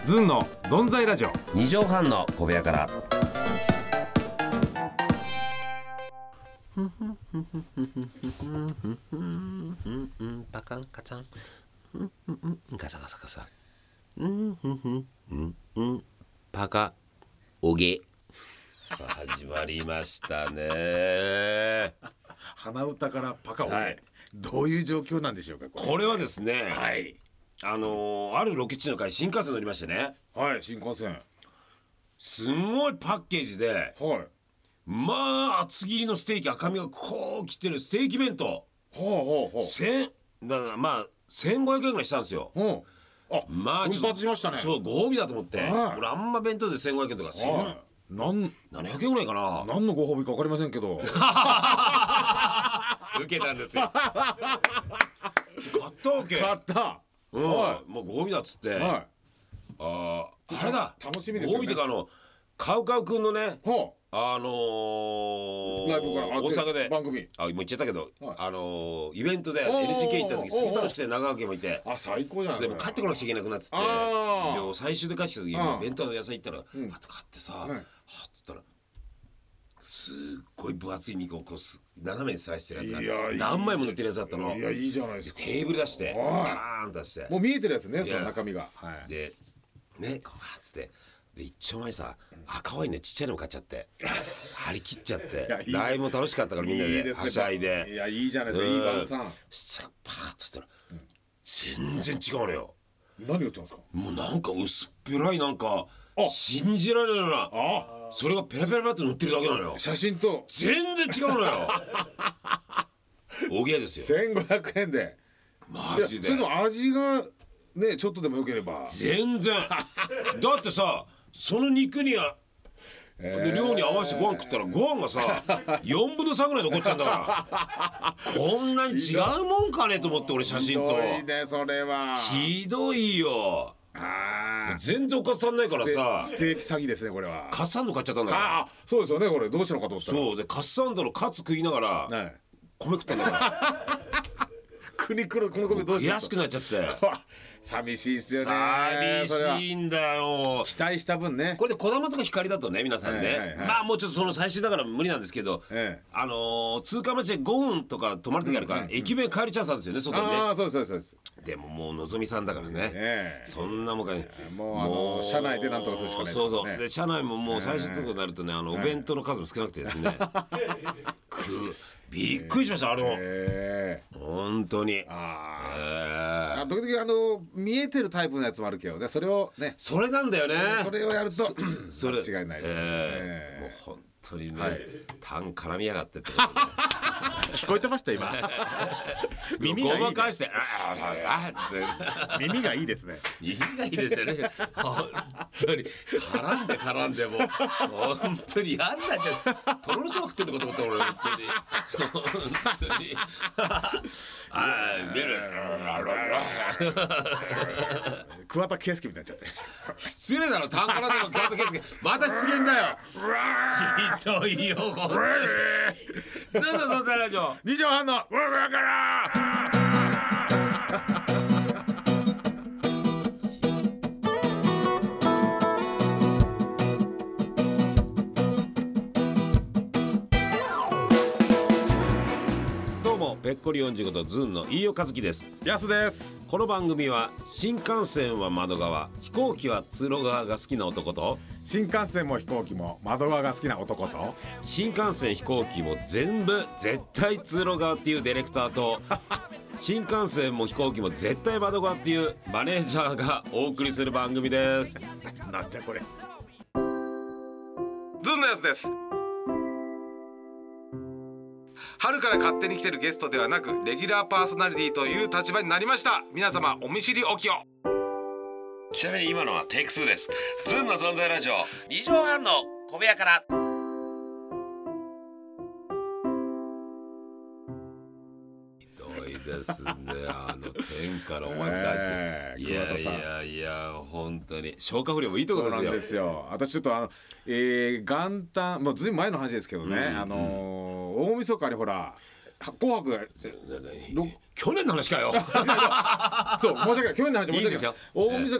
ズンのゾンザイラジオ。 2畳半の小部屋から。パカンカチャンガサガサガサパカオゲ。さあ始まりましたね。 鼻歌からパカオゲ、はい、どういう状況なんでしょうか。 これはですね、 はい、 あるロケ地の帰り新幹線乗りましてね。 はい、新幹線すごいパッケージで、 はい、 まあ厚切りのステーキ、赤身がこうきてるステーキ弁当、だからまあ1500円ぐらいしたんですよ。まあ奮発しましたね。 そうご褒美だと思って、 はい、 俺あんま弁当で1500円とか700円ぐらいかな。 何のご褒美か分かりませんけど受けたんですよ。買ったわけ。 買った、 はい、もうご褒美だっつって、はい、あれだ、 楽しみですよね。 ご褒美っていうかカウカウくんのね、大阪で番組もう言っちゃったけど、はい、イベントで NGK 行った時すごい楽しくて、長川家もいて、 最高じゃない。 でも帰ってこなくちゃいけなくなっつって、で最終で帰ってきた時に弁当の野菜行ったら、買ってさ、はっつったらすっごい分厚い肉をこう斜めにスライスしてるやつが何枚も乗ってるやつだったの。 いや、いいじゃないですか。 テーブル出してパーン出して、 もう見えてるやつね、その中身が。 でね、こうつってで一丁前にさ、赤ワインねちっちゃいの買っちゃって張り切っちゃって、ライブも楽しかったからみんなではしゃいで、 いや、いいじゃないですか。いい晩さん。 そしたらパーッとしたら全然違うのよ。 何が違うんですか。 もうなんか薄っぺらい、なんか信じられないような、それがペラペラペラって塗ってるだけなのよ。 写真と全然違うのよ。大げですよ。 1500円でマジで。 それでも味がね、ちょっとでも良ければ。 全然だってさ、その肉には量に合わせてご飯食ったらご飯がさ4分の3ぐらい残っちゃうんだからこんなに違うもんかねと思って、俺写真と。 ひどいね、それはひどいよ。全然おかず足んないからさ。 ステーキ詐欺ですね、これは。 カツサンド買っちゃったんだから。 そうですよね。これどうしたのかと思ったら、 そうでカツサンドのカツ食いながら、米食ったんだから国来る、この米どうしたの。 悔しくなっちゃって寂しいっすよね。 寂しいんだよ。 期待した分ね。 これでこだまとか光だとね、皆さんね、まあもうちょっとその最終だから無理なんですけど、通過待ちで5分とか止まる時あるから、駅弁帰りチャンスなんですよね、外にね。 そうです。 でももうのぞみさんだからね、そんなもんかね、 もう車内でなんとかするしかないですからね。 そうで車内ももう最終ところになるとね、お弁当の数も少なくてですねびっくりしました。本当に時々見えてるタイプのやつもあるけどね、それをね、 それなんだよね。それをやるとそれ間違いないですもう本当にね、タン絡みやがってってことで聞こえてました今。 耳がいいね。ごまかして耳がいいですね。 耳がいいですよね。本当に絡んでもう本当にやんなっちゃう。とろろそば食ってるのかと思った俺、本当に桑田佳祐みたいになっちゃって失礼だろ。タン絡んでの桑田佳祐また出現だよ。ひどいよこれ。ずっとそんなラジオ 2畳半のブーブーからぺっこり45度ズンの飯尾和樹です。 やすです。 この番組は新幹線は窓側、飛行機は通路側が好きな男と、 新幹線も飛行機も窓側が好きな男と、 新幹線飛行機も全部絶対通路側っていうディレクターと新幹線も飛行機も絶対窓側っていうマネージャーがお送りする番組です。 なんじゃこれ。ズンのやつです。春から勝手に来てるゲストではなく、レギュラーパーソナリティという立場になりました。皆様お見知りおきを。 ちなみに今のはテイク2です。ズンの存在ラジオ2畳半の小部屋から。ですね、天からお前も大好き、いや本当に消化不良もいいところですよ。 そうなんですよ。私ちょっと元旦もうずいぶん前の話ですけどね、大晦日にほら紅白が去年の話かよ。 そう申し訳ない、去年の話申し訳ない。大晦日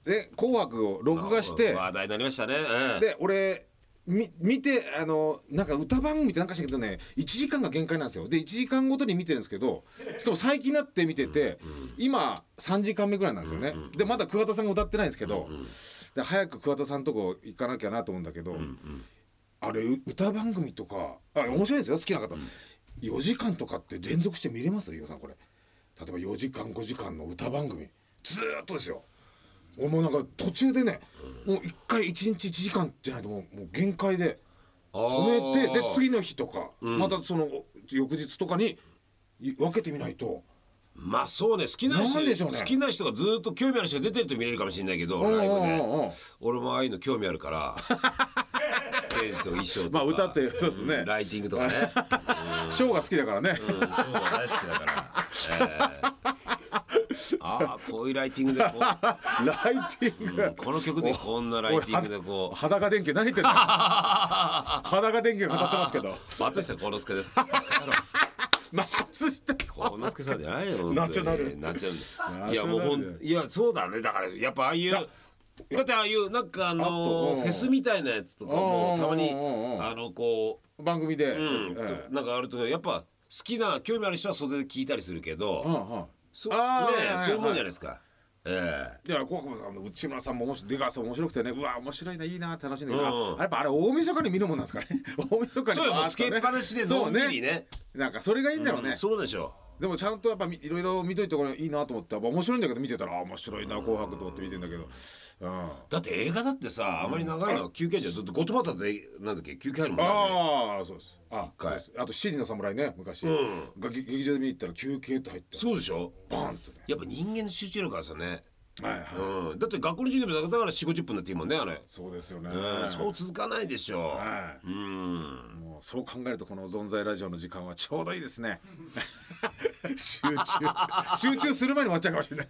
で紅白を録画して話題になりましたね、 で俺見てなんか歌番組ってなんかしたけどね1時間が限界なんですよ。で1時間ごとに見てるんですけど、しかも最近になって見てて、今3時間目ぐらいなんですよね。でまだ桑田さんが歌ってないんですけど、で早く桑田さんとこ行かなきゃなと思うんだけど、あれ歌番組とか面白いですよ好きな方、4時間とかって連続して見れますよ飯尾さん。これ例えば4時間5時間の歌番組ずーっとですよ。俺もうなんか途中でね、もう1回1日1時間じゃないともう限界で止めて、で次の日とか、またその翌日とかに分けてみないと。 まあそうね、好きな人、好きな人がずっと興味ある人が出てると見れるかもしれないけど、ライブで俺もああいうの興味あるからステージとか衣装とか、 まあ歌ってそうですね、 ライティングとかね、 ショーが好きだからね、 ショーが大好きだからああこういうライティングでこうライティング、 この曲でこんなライティングでこう裸電球何言ってんの裸電球語ってますけど松下幸之助です松下幸之助さんじゃないよナチョナルいやもういやそうだね、だからやっぱああいうだってああいうなんかフェスみたいなやつとかもたまにこう番組でなんかあるとやっぱ好きな興味ある人は袖で聞いたりするけど、そういうもんじゃないですか。いや紅白も内村さんも出川さんも面白くてね、うわ面白いないいな楽しんでるな、やっぱあれ大晦日に見るもんなんですかね大晦日にそうよ、もうつけっぱなしでのんびりね、 なんかそれがいいんだろうね。 そうでしょう。でもちゃんとやっぱいろいろ見といてこれいいなと思って、やっぱ面白いんだけど見てたら面白いな紅白と思って見てんだけど、 だって映画だってさあまり長いのは休憩じゃん。だってゴッドファーザーでなんだっけ休憩入るもんね。 ああそうです。 一回あと七人の侍ね昔、劇場で見に行ったら休憩って入ってそうでしょ、 バーンとね。 やっぱ人間の集中力からさね、 はい、 だって学校の授業だから4、50分だっていいもんねあれ。 そうですよね、 そう続かないでしょ、 もうそう考えるとこの存在ラジオの時間はちょうどいいですね集中する前に終わっちゃうかもしれない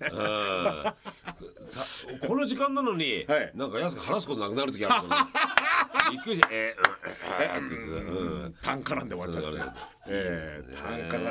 この時間なのに、なんかやすが話すことなくなる時あるからびっくりして単絡んで終わっちゃって単絡んで終わって、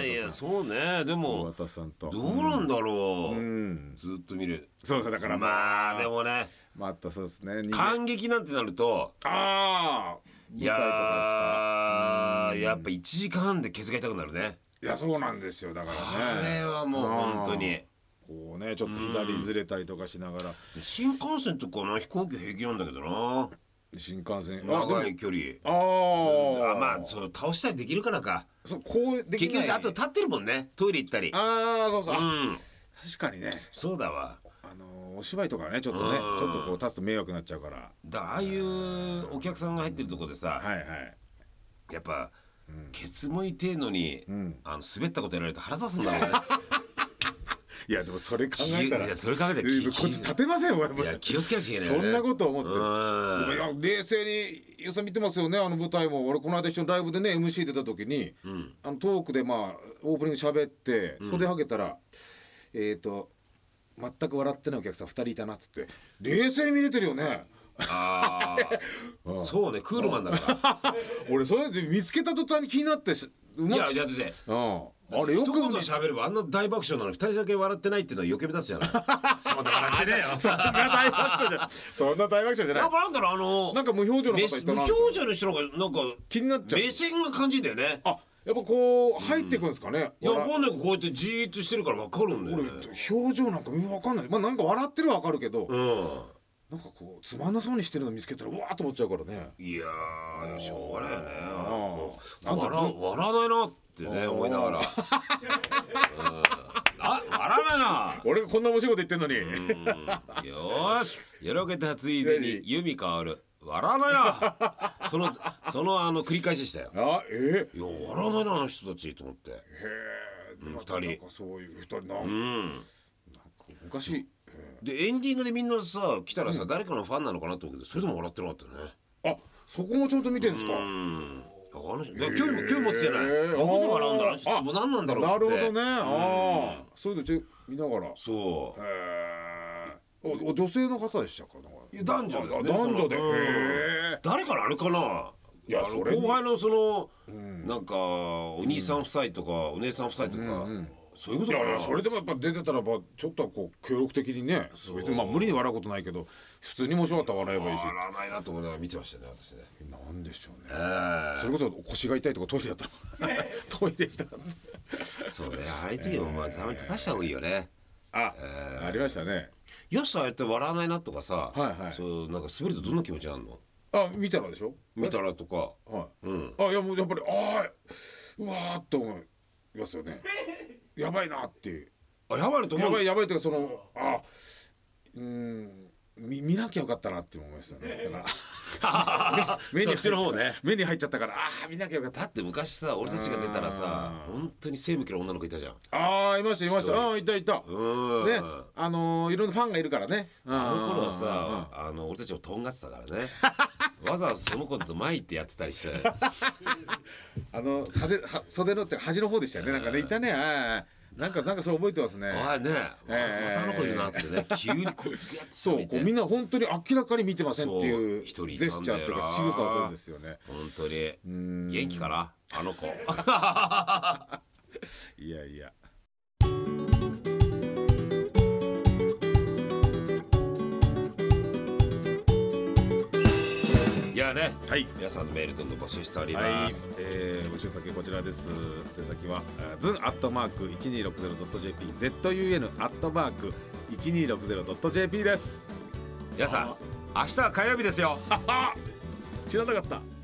いやそうね、でも桑田さんとどうなんだろう、ずっと見る。 そうそう、だからまあでもね、 またそうですね、 感激なんてなるといややっぱ1時間半でケツが痛くなるね。 いやそうなんですよ、だからねあれはもう本当にこうねちょっと左ずれたりとかしながら、 新幹線とかな飛行機平気なんだけどな、 新幹線長い距離まあそう倒したりできるからか、 そうこうできない、 結局あと立ってるもんね、トイレ行ったり。 そうそう、確かにね、 そうだわ、 お芝居とかねちょっとねちょっとこう立つと迷惑になっちゃうから、 ああいうお客さんが入ってるとこでさ、やっぱケツも痛いのに滑ったことやられると腹立つんだろうねいやでもそれ考えたら、 いやそれ考えたらこっち立てませんよ、 いや気をつけなきゃいけないよね、 そんなこと思っていや冷静に予算見てますよね。舞台も俺この間一緒にライブでね MC 出た時に、トークでまあオープニング喋って袖はげたら全く笑ってないお客さん2人いたなっつって、冷静に見れてるよね。 そうね、クールマンだから俺それで見つけた途端に気になっていやだってあれよく喋ればあんな大爆笑なのに2人だけ笑ってないっていうのは余計目立つじゃないそんな笑ってねえよそんな大爆笑じゃそんな大爆笑じゃない。 なんだろうなんか無表情の方いたな、 無表情の人がなんか気になっちゃう、 目線が感じんだよね。 やっぱこう入ってくんですかね。 いやわかんない、こうやってじーっとしてるからわかるんだよね。 表情なんかわかんない。まあなんか笑ってるはわかるけど、なんかこうつまんなそうにしてるの見つけたらうわーっと思っちゃうからね。いやーでもしょうがないよね。笑わないなってね思いながら笑わないな、 俺がこんな面白いこと言ってんのによーしよろけたついでに弓変わる、笑わないなその繰り返ししたよ。いや笑わないなあの人たちと思って。2人なんかそういう2人なんか昔でエンディングでみんなさ来たらさ、誰かのファンなのかなと思うけどそれでも笑ってなかったよね。 そこもちゃんと見てるんですか。 興味持つじゃない、どこで笑うんだろう、もう何なんだろうって。なるほどね、 そういうの見ながら。そう女性の方でしたか。 男女ですね。 男女で誰からあれかな、いや後輩のそのなんかお兄さん夫妻とかお姉さん夫妻とかそういうことかな。 いやそれでもやっぱ出てたらちょっとはこう協力的にね、別に無理に笑うことないけど普通に面白かったら笑えばいいし。 笑わないなと思いながら見てましたね私ね。 なんでしょうね、それこそ腰が痛いとかトイレやったらトイレしたからそうね、ああいう時もまあたまに立たした方がいいよね。 ありましたね。 よしさ、ああやって笑わないなとかさ、 はい、 そうなんか滑るとどんな気持ちなの？ 見たらでしょ。 見たらとか、 はい、いやもうやっぱりうわーっと思いますよね。やばいなっていう。 やばいと思う。 やばいっていうか見なきゃよかったなって思いましたね。だからそっちの方ね。 目に入っちゃったから見なきゃよかった。 だって昔さ、俺たちが出たらさ、本当に背向ける女の子いたじゃん。 いましたいたね、いろんなファンがいるからね。 あの頃はさ、俺たちをとんがってたからね。わざわざその子と前行ってやってたりして袖のって端の方でしたよね。なんかねいたね。なんかそれ覚えてますね。 ね、またあの子いるなってね、急にこうやってそうみんな本当に明らかに見てませんっていうジェスチャーっていうか仕草をするんですよね。 本当に元気かなあの子。 いやいや。 いやね、 はい、 皆さんのメールどんどん募集しております。 募集先こちらです。手先はzun@1260.jp zun@1260.jp です。 皆さん、明日は火曜日ですよ。 知らなかった。